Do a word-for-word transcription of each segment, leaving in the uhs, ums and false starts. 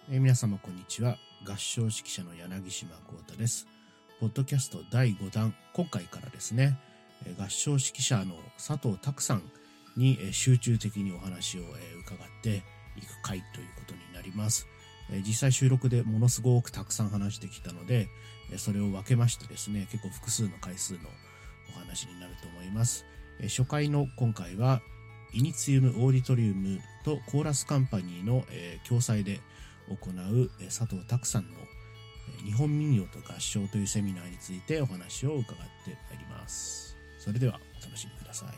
えー皆様こんにちは。合唱指揮者の柳島幸太です。ポッドキャストだいごだん、今回からですね、えー合唱指揮者の佐藤拓さんに、えー集中的にお話を、えー伺っていく回ということになります。えー実際収録でものすごくたくさん話してきたので、えーそれを分けましてですね、結構複数の回数のお話になると思います。えー初回の今回は、イニツィウムオーディトリウムとコーラスカンパニーの、えー共催で行うえー佐藤拓さんのえー日本民謡と合唱というセミナーについてお話を伺ってまいります。それではお楽しみください。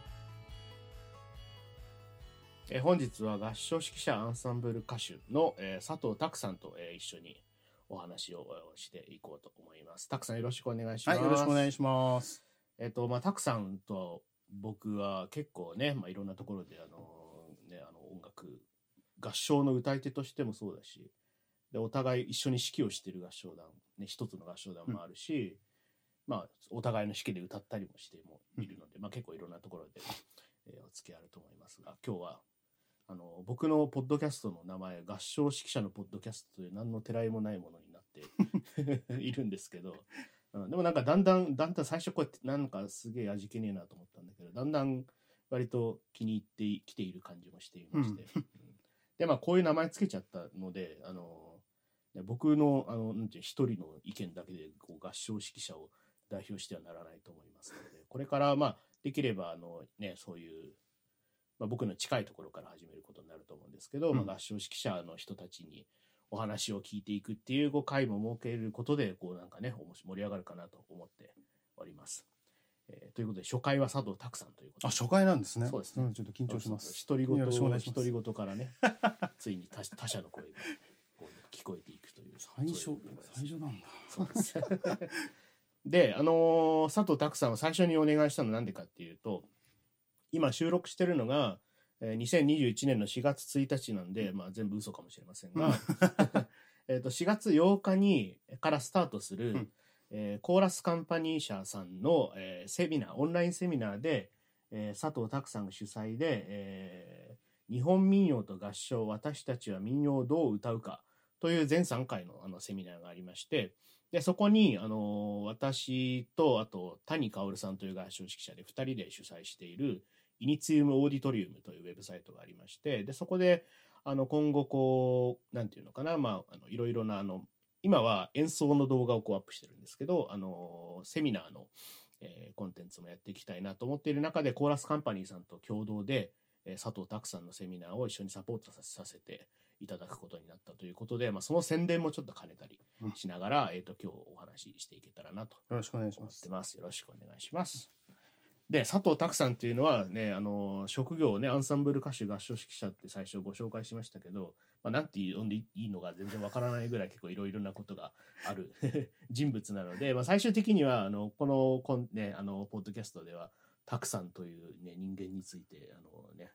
えー本日は合唱指揮者アンサンブル歌手の、えー佐藤拓さんと、えー一緒にお話をしていこうと思います。拓さんよろしくお願いします。 はい、よろしくお願いします。 えっと、まあ、拓さんと僕は結構ね、まあ、いろんなところで、あの、ね、あの、音楽、合唱の歌い手としてもそうだし、で、お互い一緒に指揮をしている合唱団、ね、一つの合唱団もあるし、うん、まあ、お互いの指揮で歌ったりもしてもいるので、うん、まあ、結構いろんなところで、えー、お付き合いあると思いますが、今日は、あの、僕のポッドキャストの名前、合唱指揮者のポッドキャストという何のてらいもないものになっているんですけど、うん、でもなんかだんだん、だんだん最初こうやってなんかすげえ味気ねえなと思ったんだけど、だんだん割と気に入ってきている感じもしていまして。うん、で、まあこういう名前つけちゃったので、あの、ね、僕の、あの、なんていう一人の意見だけでこう合唱指揮者を代表してはならないと思いますので、これからまあできればあのね、そういう、まあ、僕の近いところから始めることになると思うんですけど、うん、まあ合唱指揮者の人たちにお話を聞いていくっていうご回も設けることで、こうなんかね、盛り上がるかなと思っております。えー、ということで、初回は佐藤拓さんということで。 あ、初回なんですね。 そうですね。 うん、ちょっと緊張します。 独り言、独り言からね、ついに他他者の声がこう聞こえていくという。 最初、最初なんだ。 そうです。で、あのー、佐藤拓さんを最初にお願いしたのは何でかっていうと、今収録してるのが、にせんにじゅういちねんのしがつついたちなんで、まあ、全部嘘かもしれませんがえとしがつようかにからスタートする、うんえー、コーラスカンパニー社さんの、えー、セミナーオンラインセミナーで、えー、佐藤拓さんが主催で、えー、日本民謡と合唱私たちは民謡をどう歌うかという全さんかいの、あのセミナーがありまして、でそこに、あのー、私とあと谷薫さんという合唱指揮者でふたりで主催しているイニツィウムオーディトリウムというウェブサイトがありまして、でそこであの今後こうなんていうのかな、まああのいろいろなあの今は演奏の動画をこうアップしてるんですけど、あのセミナーの、えー、コンテンツもやっていきたいなと思っている中で、コーラスカンパニーさんと共同で、えー、佐藤拓さんのセミナーを一緒にサポートさせていただくことになったということで、まあ、その宣伝もちょっと兼ねたりしながら、うん、えーと今日お話ししていけたらなとよろしくお願いします。 よろしくお願いします。で佐藤拓さんっていうのはね、あの職業をねアンサンブル歌手合唱指揮者って最初ご紹介しましたけど、まあ、なんて呼んでいいのか全然わからないぐらい結構いろいろなことがある人物なので、まあ、最終的にはあのこのこん、ね、あのポッドキャストでは拓さんという、ね、人間についてあのね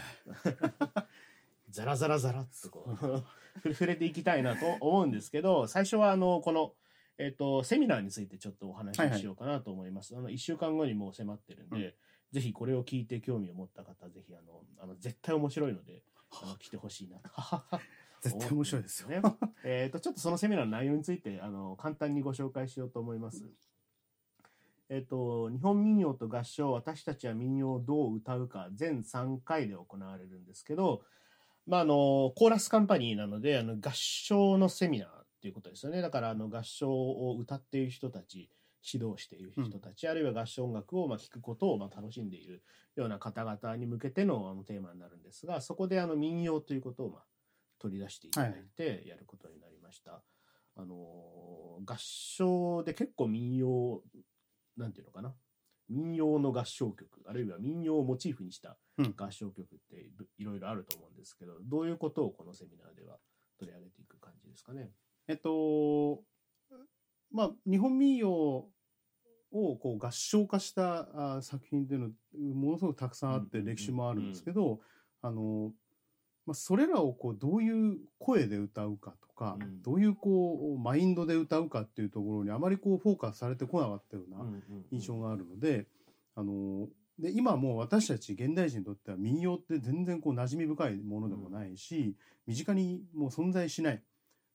ザラザラザラっとこう触れていきたいなと思うんですけど、最初はあのこのえっと、セミナーについてちょっとお話ししようかなと思います。はいはい、あのいっしゅうかんごにもう迫ってるんで、うん、ぜひこれを聞いて興味を持った方、ぜひあのあの絶対面白いのであの来てほしいなと絶対面白いですよね。 えっとちょっとそのセミナーの内容についてあの簡単にご紹介しようと思います。えっと日本民謡と合唱私たちは民謡をどう歌うか全さんかいで行われるんですけど、まああのコーラスカンパニーなのであの合唱のセミナーということですよね。だからあの合唱を歌っている人たち、指導している人たち、うん、あるいは合唱音楽をまあ聴くことをまあ楽しんでいるような方々に向けてのあのテーマになるんですが、そこであの民謡ということをまあ取り出していただいてやることになりました。はい、あの合唱で結構民謡なんていうのかな、民謡の合唱曲、あるいは民謡をモチーフにした合唱曲っていろいろあると思うんですけど、どういうことをこのセミナーでは取り上げていく感じですかね。 えっと、まあ、日本民謡をこう合唱化した作品っていうのものすごくたくさんあって歴史もあるんですけど、あの、まあ、それらをこうどういう声で歌うかとか、うん、どういうこうマインドで歌うかっていうところにあまりこうフォーカスされてこなかったような印象があるので、あので今もう私たち現代人にとっては民謡って全然こう馴染み深いものでもないし、身近にもう存在しない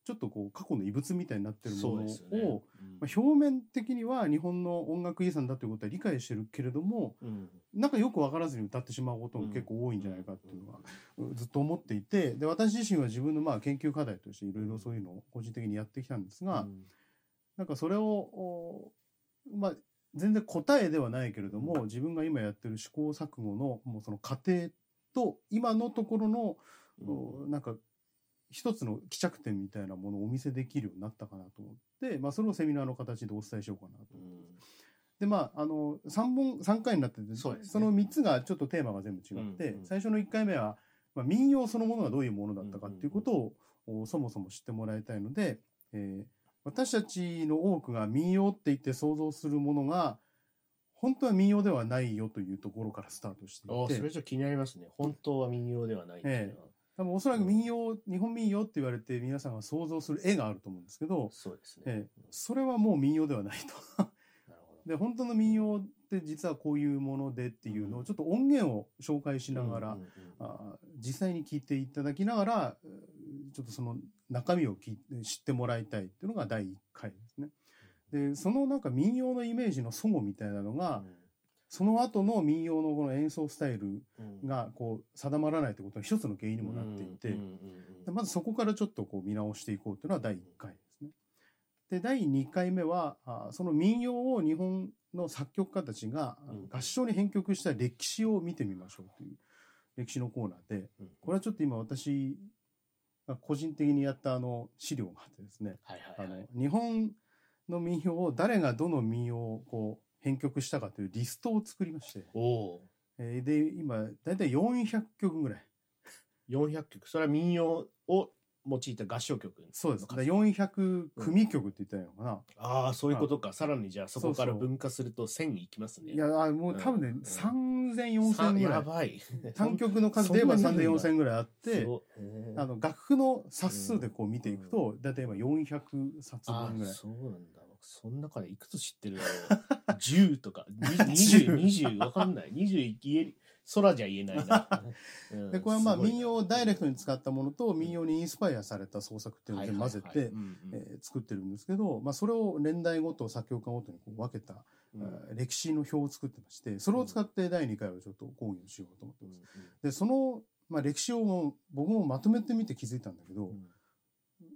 ちょっとこう過去の遺物みたいになってるものを、 そうですよね。うんまあ、表面的には日本の音楽遺産だということは理解してるけれども、 うんなんかよく分からずに歌ってしまうことも結構多いんじゃないかっていうのはずっと思っていて、で私自身は自分のまあ研究課題としていろいろそういうのを個人的にやってきたんですが、 うんなんかそれをおまあ全然答えではないけれども、自分が今やってる試行錯誤のもうその過程と今のところの、おなんか一つの帰着点みたいなものをお見せできるようになったかなと思って、まあ、それをセミナーの形でお伝えしようかなと思ってます。でまああのさんぼんさんかいになってて、 そうですねそのみっつがちょっとテーマが全部違って、 うんうん最初のいっかいめは、まあ、民謡そのものがどういうものだったかっていうことを、おそもそも知ってもらいたいので、えー私たちの多くが民謡って言って想像するものが本当は民謡ではないよというところからスタートしていて、 あそれちょっと気になりますね。本当は民謡ではないっていうのは。 多分おそらく民謡、日本民謡って言われて皆さんが想像する絵があると思うんですけど、 そうですね。 ええそれはもう民謡ではないと。 なるほど。 で本当の民謡って実はこういうものでっていうのをちょっと音源を紹介しながら、 うんうんうんあ実際に聞いていただきながらちょっとその中身を聞いて知ってもらいたいっていうのがだいいっかいですね。でそのなんか民謡のイメージの齟齬みたいなのが、その後の民謡のこの演奏スタイルがこう定まらないということの一つの原因にもなっていて、でまずそこからちょっとこう見直していこうというのはだいいっかいですね。でだいにかいめはあその民謡を日本の作曲家たちが合唱に編曲した歴史を見てみましょうという歴史のコーナーで、これはちょっと今私が個人的にやったあの資料があってですね、 はいはいはい、 あの日本の民謡を誰がどの民謡をこう編曲したかというリストを作りまして、 おえー、で今だいたいよんひゃっきょくぐらい。 よんひゃくきょく、それは民謡を用いた合唱曲。 そうです。だよんひゃくくみきょくって言ったらいいのかな、うん、 ああそういうことか。さらにじゃあそこから分化するとせんいきますね。 いやもう多分ね、うん、さんぜんよんせんぐらい、 やばい単曲の数で言えばさんぜんよんせんぐらいあってあの楽譜の冊数でこう見ていくとだいたい今よんひゃくさつぶんぐらい。 そうなんだ。その中でいくつ知ってるだろうじゅうとかにじゅう、にじゅうわかんないにじゅう言え空じゃ言えないな、 うん、でこれはまあ民謡をダイレクトに使ったものと民謡にインスパイアされた創作っていうのを混ぜて作ってるんですけど、まあ、それを年代ごと作曲家ごとにこう分けた、うん、歴史の表を作ってましてそれを使ってだいにかいをちょっと講義をしようと思ってます。うんうん、でその、まあ、歴史をも僕もまとめてみて気づいたんだけど、うん、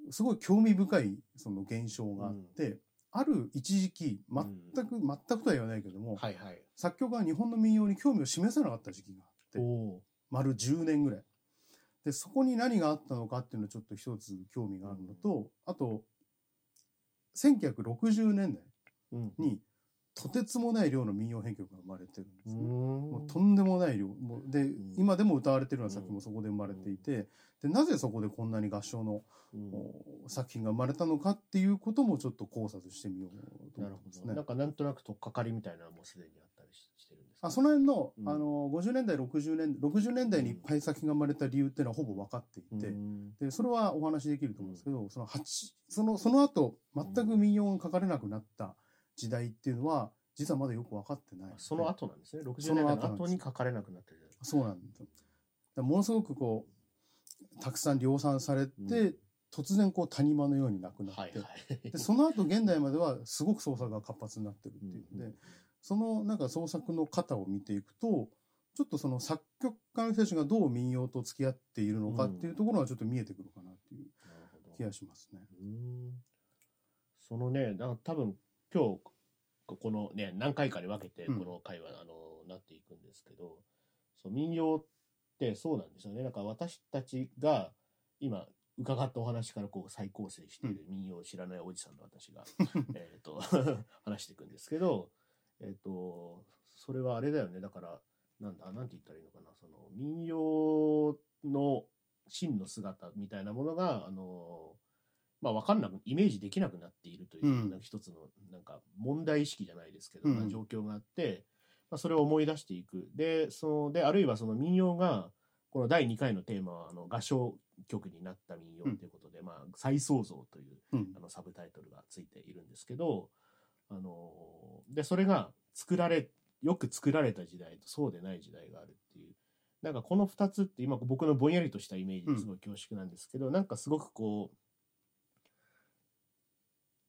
すごい興味深いその現象があって、うんある一時期全く、うん、全くとは言わないけども、はいはい、作曲家が日本の民謡に興味を示さなかった時期があって丸じゅうねんぐらいでそこに何があったのかっていうのをちょっと一つ興味があるのと、うん、あとせんきゅうひゃくろくじゅうねんだいにとてつもない量の民謡編曲が生まれてるんですね。もうとんでもない量もうで、うん、今でも歌われてるような作品もそこで生まれていて、でなぜそこでこんなに合唱の、うん、作品が生まれたのかっていうこともちょっと考察してみようと思ってますね。 なるほど。なんかなんとなく取っかかりみたいなのもすでにあったりしてるんですか？ あその辺の、うん、あのごじゅうねんだいろくじゅうねんろくじゅうねんだいにいっぱい作品が生まれた理由っていうのはほぼ分かっていて、うん、でそれはお話できると思うんですけど、うん、そのそのその後全く民謡が書かれなくなった時代っていうのは実はまだよく分かってない。 その後なんですね。ろくじゅうねんだいの後に書かれなくなってる。 そうなんです。ものすごくこうたくさん量産されて、うん、突然こう谷間のようになくなって、はいはい、でその後現代まではすごく創作が活発になってるっていうので、うん、そのなんか創作の型を見ていくとちょっとその作曲家の人たちがどう民謡と付き合っているのかっていうところがちょっと見えてくるかなっていう気がしますね。 うん、そのね多分今日このね何回かに分けてこの回は、うん、あのなっていくんですけど、そう民謡ってそうなんですよね。なんか私たちが今伺ったお話からこう再構成している民謡を知らないおじさんの私がえと話していくんですけど、えっとそれはあれだよね。だからなんだなんて言ったらいいのかな、その民謡の真の姿みたいなものがあのまあ、分かんなくイメージできなくなっているという、うん、なんか一つのなんか問題意識じゃないですけど、うん、状況があって、まあ、それを思い出していく。でそのであるいはその民謡がこのだいにかいのテーマはあの合唱曲になった民謡ということで、うんまあ、再創造という、うん、あのサブタイトルがついているんですけど、あのでそれが作られよく作られた時代とそうでない時代があるっていう、なんかこのふたつって今僕のぼんやりとしたイメージですごい恐縮なんですけど、うん、なんかすごくこう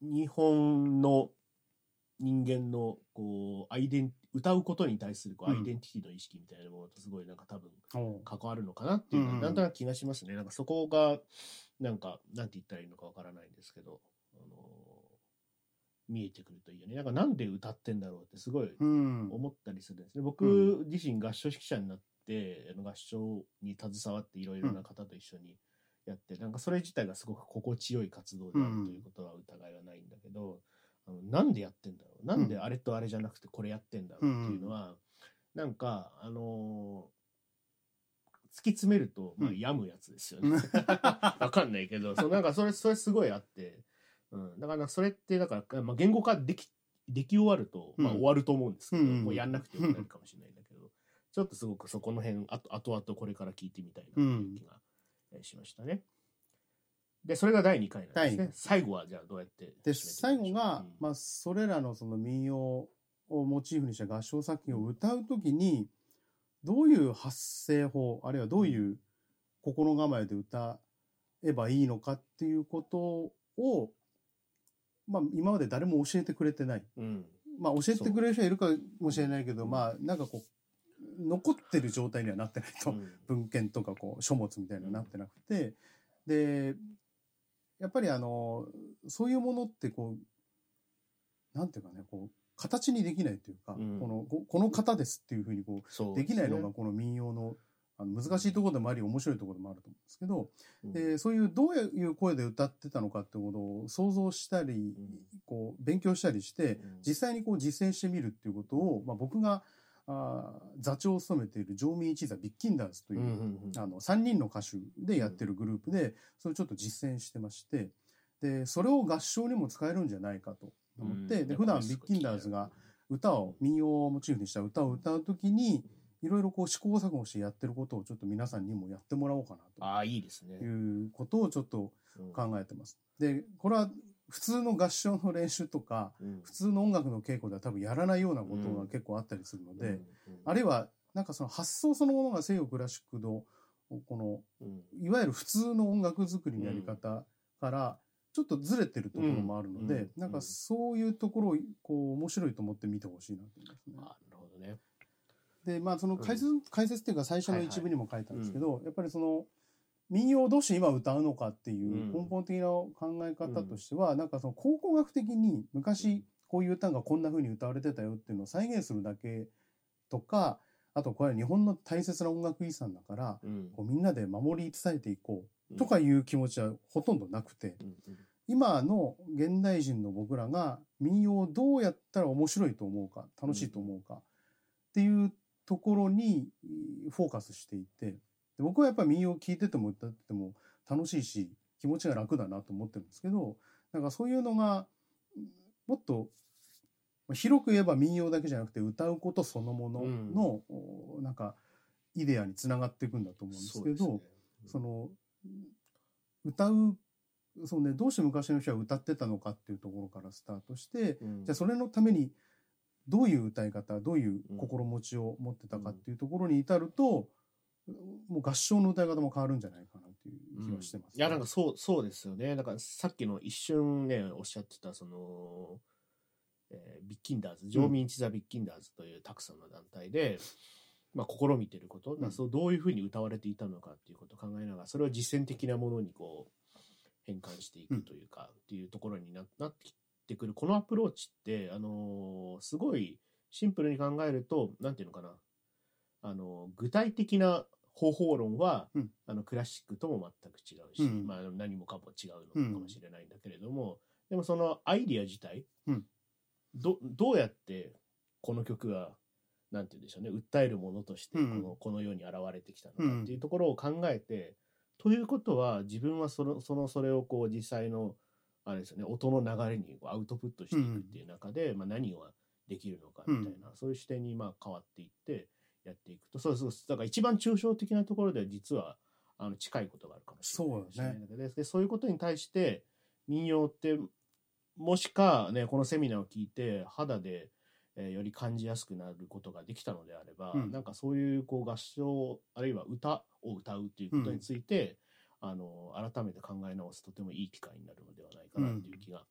日本の人間のこうアイデン歌うことに対するこうアイデンティティの意識みたいなものとすごいなんか多分関わるのかなっていうのはなんとなく気がしますね。なんかそこがなんかなんて言ったらいいのかわからないんですけど、あの見えてくるといいよね。なんかなんで歌ってんだろうってすごい思ったりするんですね。僕自身合唱指揮者になってあの合唱に携わっていろいろな方と一緒にやって、なんかそれ自体がすごく心地よい活動であるということは疑いはないんだけど、あのなんでやってんだろう、なんであれとあれじゃなくてこれやってんだろうっていうのは、うん、なんかあのー、突き詰めると、まあ、病むやつですよね。わかんないけど、そうなんかそれそれすごいあって、うん、だからそれってだから、まあ、言語化できでき終わると、まあ、終わると思うんですけど、うん、もうやんなくてよくなるかもしれないんだけど、ちょっとすごくそこの辺あと後々これから聞いてみたいなという気がしましたね。でそれがだいにかいなんですね。最後はじゃあどうやってで最後が、うんまあ、それらのその民謡をモチーフにした合唱作品を歌うときにどういう発声法あるいはどういう心構えで歌えばいいのかっていうことを、まあ、今まで誰も教えてくれてない、うんまあ、教えてくれる人はいるかもしれないけど、まあなんかこう残ってる状態にはなってないと、うん、文献とかこう書物みたいにはなってなくて、でやっぱりあのそういうものってこうなんていうかねこう形にできないというか、うん、このここの型ですっていうふうにこう で, できないのがこの民謡のあの難しいところでもあり面白いところでもあると思うんですけど、うん、でそういうどういう声で歌ってたのかってことを想像したり、うん、こう勉強したりして、うん、実際にこう実践してみるっていうことを、まあ、僕があ座長を務めているジョーミン一座ビッキンダーズという、うんうんうん、あのさんにんの歌手でやってるグループでそれをちょっと実践してまして、でそれを合唱にも使えるんじゃないかと思って、うん、で普段ビッキンダーズが歌を民謡をモチーフにした歌を歌うときにいろいろこう試行錯誤してやってることをちょっと皆さんにもやってもらおうかなとあいいですねいうことをちょっと考えてます。でこれは普通の合唱の練習とか、うん、普通の音楽の稽古では多分やらないようなことが結構あったりするので、うんうんうん、あるいはなんかその発想そのものが西洋クラシックのこの、うん、いわゆる普通の音楽作りのやり方からちょっとずれてるところもあるので、うんうん、なんかそういうところをこう面白いと思って見てほしいなと思いますね。 あ、なるほどね。 でまあその解説、うん、解説っていうか最初の一部にも書いたんですけど、はいはい、やっぱりその民謡をどうして今歌うのかっていう根本的な考え方としては、うん、なんかその考古学的に昔こういう歌がこんな風に歌われてたよっていうのを再現するだけとか、あとこれは日本の大切な音楽遺産だから、うん、こうみんなで守り伝えていこうとかいう気持ちはほとんどなくて、うんうん、今の現代人の僕らが民謡をどうやったら面白いと思うか楽しいと思うかっていうところにフォーカスしていて、で僕はやっぱり民謡を聴いてても歌ってても楽しいし気持ちが楽だなと思ってるんですけど、なんかそういうのがもっと広く言えば民謡だけじゃなくて歌うことそのものの、うん、なんかイデアにつながっていくんだと思うんですけど、 そうですね、うん、その歌うそう、ね、どうして昔の人は歌ってたのかっていうところからスタートして、うん、じゃあそれのためにどういう歌い方どういう心持ちを持ってたかっていうところに至ると、もう合唱の歌い方も変わるんじゃないかなという気はしてます、ね、 うん、いやなんかそうそうですよね。だからさっきの一瞬ねおっしゃってたその、えー、ビッキンダーズジョーミン一座ビッキンダーズというたくさんの団体で、まあ、試みてること、うん、そうどういうふうに歌われていたのかっていうことを考えながらそれを実践的なものにこう変換していくというか、うん、っていうところに な, なってきてくるこのアプローチって、あのー、すごいシンプルに考えるとなんていうのかな、あのー、具体的な方法論は、うん、あのクラシックとも全く違うし、うんまあ、何もかも違うのかもしれないんだけれども、うん、でもそのアイディア自体、うん、ど, どうやってこの曲がなんて言うんでしょうね訴えるものとしてこの、うん、この世に現れてきたのかっていうところを考えて、ということは自分はそのそのそれをこう実際のあれですよね音の流れにアウトプットしていくっていう中で、うんまあ、何ができるのかみたいな、うん、そういう視点にまあ変わっていってやっていくと、そうそうだから一番抽象的なところでは実はあの近いことがあるかもしれないし、ね、そうね、でそういうことに対して民謡ってもしかねこのセミナーを聞いて肌で、えー、より感じやすくなることができたのであれば、うん、なんかそういうこう合唱あるいは歌を歌うっていうことについて、うん、あの改めて考え直すとてもいい機会になるのではないかなという気が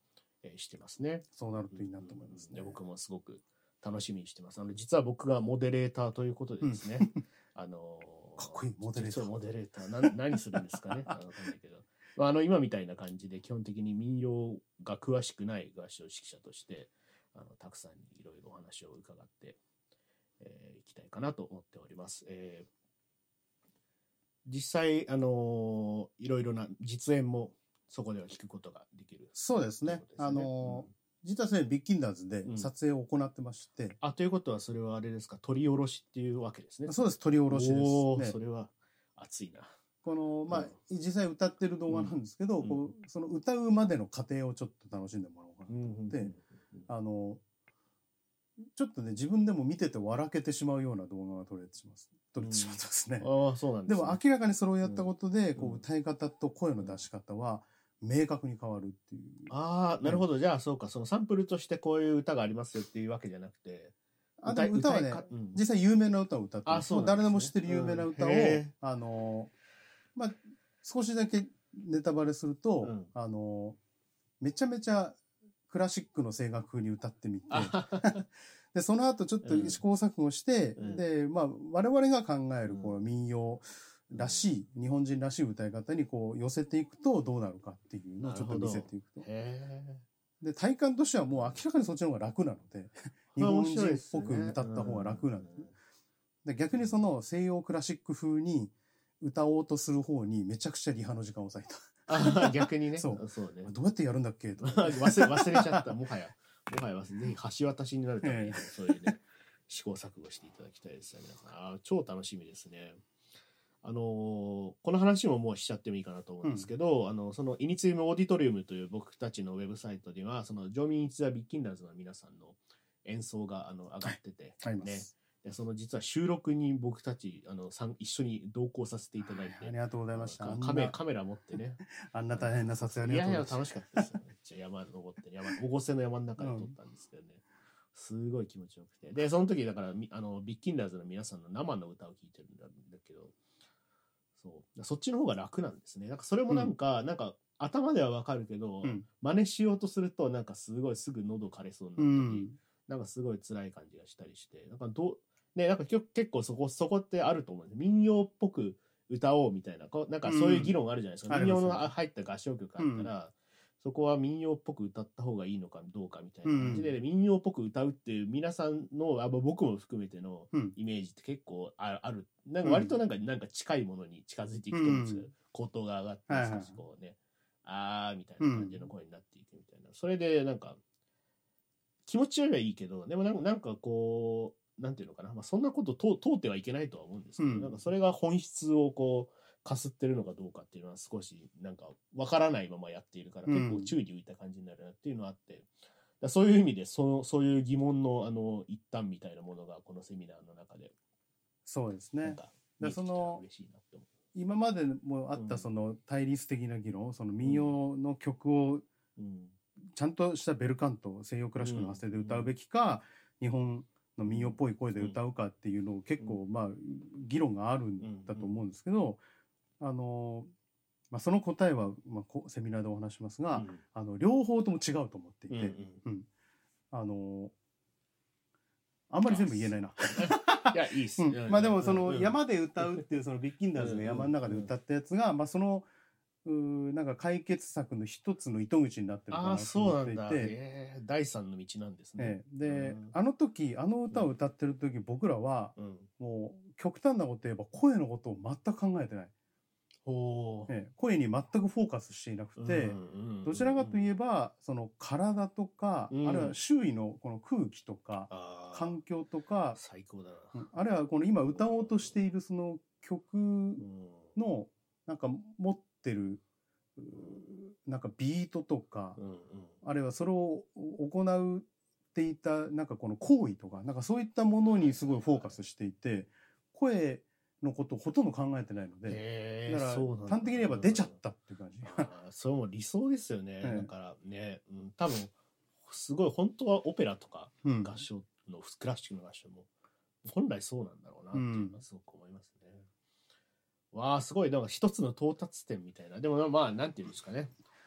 えーしてますね。 そうなるといいなと思いますね。 で僕もすごく楽しみにしてます。あの実は僕がモデレーターということでですね、あのー、 かっこいいモデレーター。 モデレーターな何するんですかね。あのわかんないけど、まあ、あの今みたいな感じで基本的に民謡が詳しくない合唱指揮者としてあのたくさんにいろいろお話を伺ってい、えー、きたいかなと思っております。えー実際、あのー、いろいろな実演もそこでは聞くことができる。 そうですね。 ですねあのーうん、 実はですね、ビッキンダーズで撮影を行ってまして。 うん、あ、ということは、それはあれですか、撮り下ろしっていうわけですね。 そうです、撮り下ろしです、ね。 おー、それは熱いな。 この、まあ、うん、実際歌ってる動画なんですけど、 うん、 こうその歌うまでの過程をちょっと楽しんでもらおうかなと思って、うん、あの、ちょっとね、自分でも見てて笑けてしまうような動画が撮れてしまう。撮れてしまったんですね。 うん、ああ、そうなんですね。 でも明らかにそれをやったことで、うん、こう歌い方と声の出し方は明確に変わるっていう。 ああ、なるほど。じゃあそうか、そのサンプルとしてこういう歌がありますよっていうわけじゃなくて。 あでも歌はね、うん、実際有名な歌を歌ってる。あ、そうなんですね。誰でも知ってる有名な歌を、うん、あの、まあ、少しだけネタバレすると、うん、あの、めちゃめちゃクラシックの声楽風に歌ってみて、で、その後ちょっと試行錯誤して、うん、で、まあ、我々が考えるこの民謡らしい、うん、日本人らしい歌い方にこう寄せていくとどうなるかっていうのをちょっと見せていくと。で、体感としてはもう明らかにそっちの方が楽なので、日本人っぽく歌った方が楽なんですね。で、逆にその西洋クラシック風に歌おうとする方にめちゃくちゃリハの時間を割いた。 あ逆にね。 そう。 そうね。 どうやってやるんだっけと忘れ、忘れちゃった。もはや。もはや忘れ、ぜひ橋渡しになるために、えー、そういうね、試行錯誤していただきたいですね。皆さん。あ、超楽しみですね。あのー、この話ももうしちゃってもいいかなと思うんですけど、うん、あの、そのイニツィウムオーディトリウムという僕たちのウェブサイトには、そのジョーミン・イン・ザ・ビッキンダーズの皆さんの演奏があの上がってて、 はい、ね。 でその実は収録に僕たちあの一緒に同行させていただいて、 ありがとうございました。 カメカメラ持ってね、 あんな大変な撮影ありがとうございました。 いやいや楽しかったですよ。めっちゃ山登って山保護線の山の中で撮ったんですけどね、うん、すごい気持ちよくて、でその時だからあのビッキンダーズの皆さんの生の歌を聴いてるんだけど、そうそっちの方が楽なんですね。なんかそれもなんか、うん、なんか頭ではわかるけど、うん、真似しようとするとなんかすごいすぐ喉枯れそうになったり、うん、なんかすごい辛い感じがしたりして、なんかどうね、なんか結構そこ、そこってあると思うんです。民謡っぽく歌おうみたいな、こうなんかそういう議論があるじゃないですか。うん、民謡の入った合唱曲があったら、うん、そこは民謡っぽく歌った方がいいのかどうかみたいな感じで、うん、民謡っぽく歌うっていう皆さんの、あ僕も含めてのイメージって結構ある。なんか割となんか、なんか近いものに近づいていくと思うんですけど、口頭が上がって、少しこうね、あーみたいな感じの声になっていくみたいな。それでなんか、気持ちよりはいいけど、でもなんかこう、なんていうのかな、まあ、そんなこと通ってはいけないとは思うんですけど、うん、なんかそれが本質をこうかすってるのかどうかっていうのは少しなんかわからないままやっているから、結構宙に浮いた感じになるなっていうのはあって、だそういう意味でそのそういう疑問のあの一端みたいなものがこのセミナーの中でそうですね。 なんか見えてきたら嬉しいなって思う。 今までもあったその対立的な議論、うん、その民謡の曲をちゃんとしたベルカント、西洋クラシックの発声で歌うべきか、うん、日本の民謡っぽい声で歌うかっていうのを結構まあ議論があるんだと思うんですけど、あの、まあ、その答えはまあセミナーでお話しますが、あの両方とも違うと思っていて、うん、あのあんまり全部言えないな。 いやいいっす、 うん、まあでもその山で歌うっていうそのビッキンダーズが山の中で歌ったやつがまあそのうなんか解決策の一つの糸口になってるかなと思っていて、あ、 えー、第三の道なんですね。 えー、で、うん、あの時あの歌を歌ってる時、うん、僕らは、うん、もう極端なこと言えば声のことを全く考えてない。 おえー、声に全くフォーカスしていなくて、うんうんうん、どちらかといえばその体とか、うん、あるいは周囲のこの空気とか環境とか、 最高だな、 うん、あるいはこの今歌おうとしているその曲のなんか持ってるなんかビートとか、うんうん、あるいはそれを行っていたなんかこの行為とかなんかそういったものにすごいフォーカスしていて、声のことをほとんど考えてないので、だから端的に言えば出ちゃったっていう感じ。 あそれも理想ですよね。だからね、うん、多分すごい本当はオペラとか合唱の、うん、クラシックの合唱も本来そうなんだろうなっていうのはすごく思いますね。うん、わあすごいなんか一つの到達点みたいな。でもまあなんていうんですかね。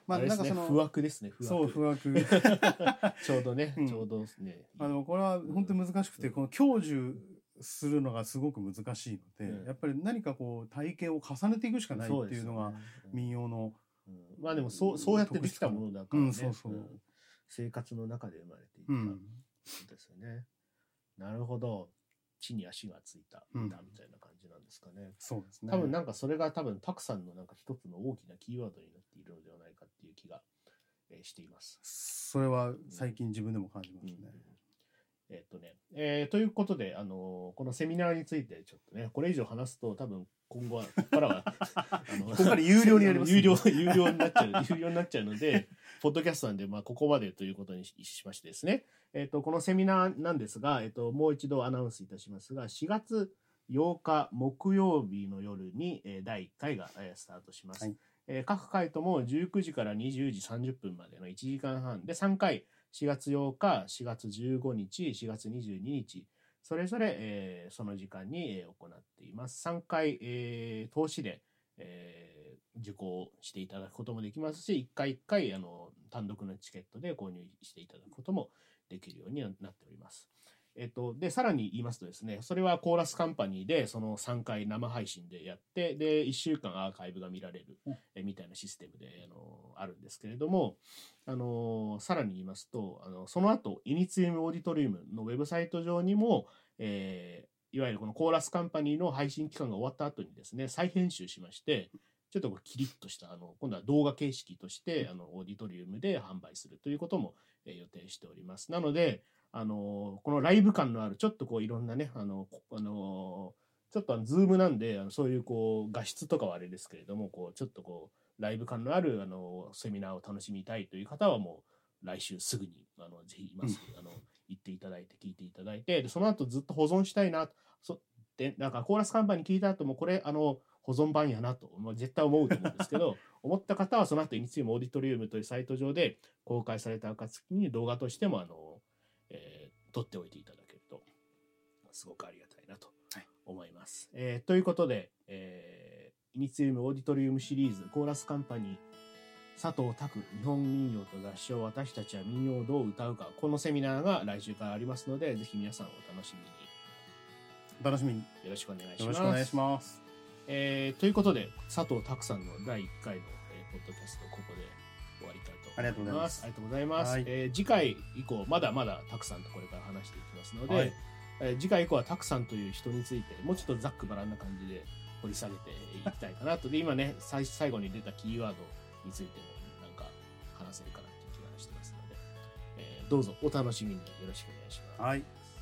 まあ、なんかその不惑ですね。 不惑。そう不惑。 ちょうどね、 うん、 ちょうどですね。 あのこれは本当に難しくて、うん、この享受するのがすごく難しいので、うん、やっぱり何かこう体験を重ねていくしかないっていうのが民謡の、 うんうん、まあでもそうそうやってできたものだからね。うん、そうそう、うん、生活の中で生まれていた、うん、そうですよね。なるほど。地に足がついた歌みたいな感じなんですかね。うん、 そうですね。 多分なんかそれが多分たくさんのなんか一つの大きなキーワードになっているのではないかっていう気が、えー、しています。 それは最近自分でも感じますね。うんうん、 えーっとねえー、ということで、あのー、このセミナーについてちょっとね、これ以上話すと多分今後はここからはあのここから有料になります、 ね、有料有料になっちゃう有料になっちゃうので、ポッドキャストなんでまあここまでということにしましてですね。えーっとこのセミナーなんですが、えーっともう一度アナウンスいたしますが、しがつようか木曜日の夜に、えー、だいいっかいが、えー、スタートします。はい、えー、各回ともじゅうくじからにじゅうじさんじゅっぷんまでのいちじかんはんでさんかい。しがつようか、しがつじゅうごにち、しがつにじゅうににち、それぞれ、えー、その時間に、えー、行っています。さんかい、えー、投資で、えー、受講していただくこともできますし、いっかいいっかいあの単独のチケットで購入していただくこともできるようになっております。えっと、で、さらに言いますとですね、それはコーラスカンパニーでそのさんかい生配信でやって、で、いっしゅうかんアーカイブが見られる、うん、えみたいなシステムであのあるんですけれども、あのさらに言いますと、あのその後、イニツィウムオーディトリウムのウェブサイト上にも、えー、いわゆるこのコーラスカンパニーの配信期間が終わった後にですね、再編集しまして、ちょっとこうキリッとしたあの今度は動画形式としてあのオーディトリウムで販売するということも、えー、予定しております。なので、あのこのライブ感のあるちょっとこういろんなね、あのあのちょっとズームなんで、あのそういうこう画質とかはあれですけれども、こうちょっとこうライブ感のあるあのセミナーを楽しみたいという方はもう来週すぐにあのぜひ今すぐあの行っていただいて聞いていただいて、でその後ずっと保存したいなそでなんかコーラスカンパニー聞いた後もこれあの保存版やなと、まあ、絶対思うと思うんですけど思った方はその後イニツィウムオーディトリウムというサイト上で公開された暁に動画としてもあの、えー、撮っておいていただけるとすごくありがたいなと思います。はい、えー、ということで、えー、イニツィウムオーディトリウムシリーズコーラスカンパニー佐藤拓日本民謡と合唱私たちは民謡をどう歌うか、このセミナーが来週からありますので、ぜひ皆さんお楽しみにお楽しみによろしくお願いします。 よろしくお願いします。 えー、ということで佐藤拓さんのだいいっかいの、えー、ポッドキャストここで終わりたいと思います。 ありがとうございます。 ありがとうございます。はい、えー、次回以降まだまだ拓さんとこれから話していきますので、はい、えー、次回以降は拓さんという人についてもうちょっとざっくばらんな感じで掘り下げていきたいかなと。で今ね最最後に出たキーワードについてもなんか話せるかなという気がしてますので、えー、どうぞお楽しみによろしくお願いします。 はい。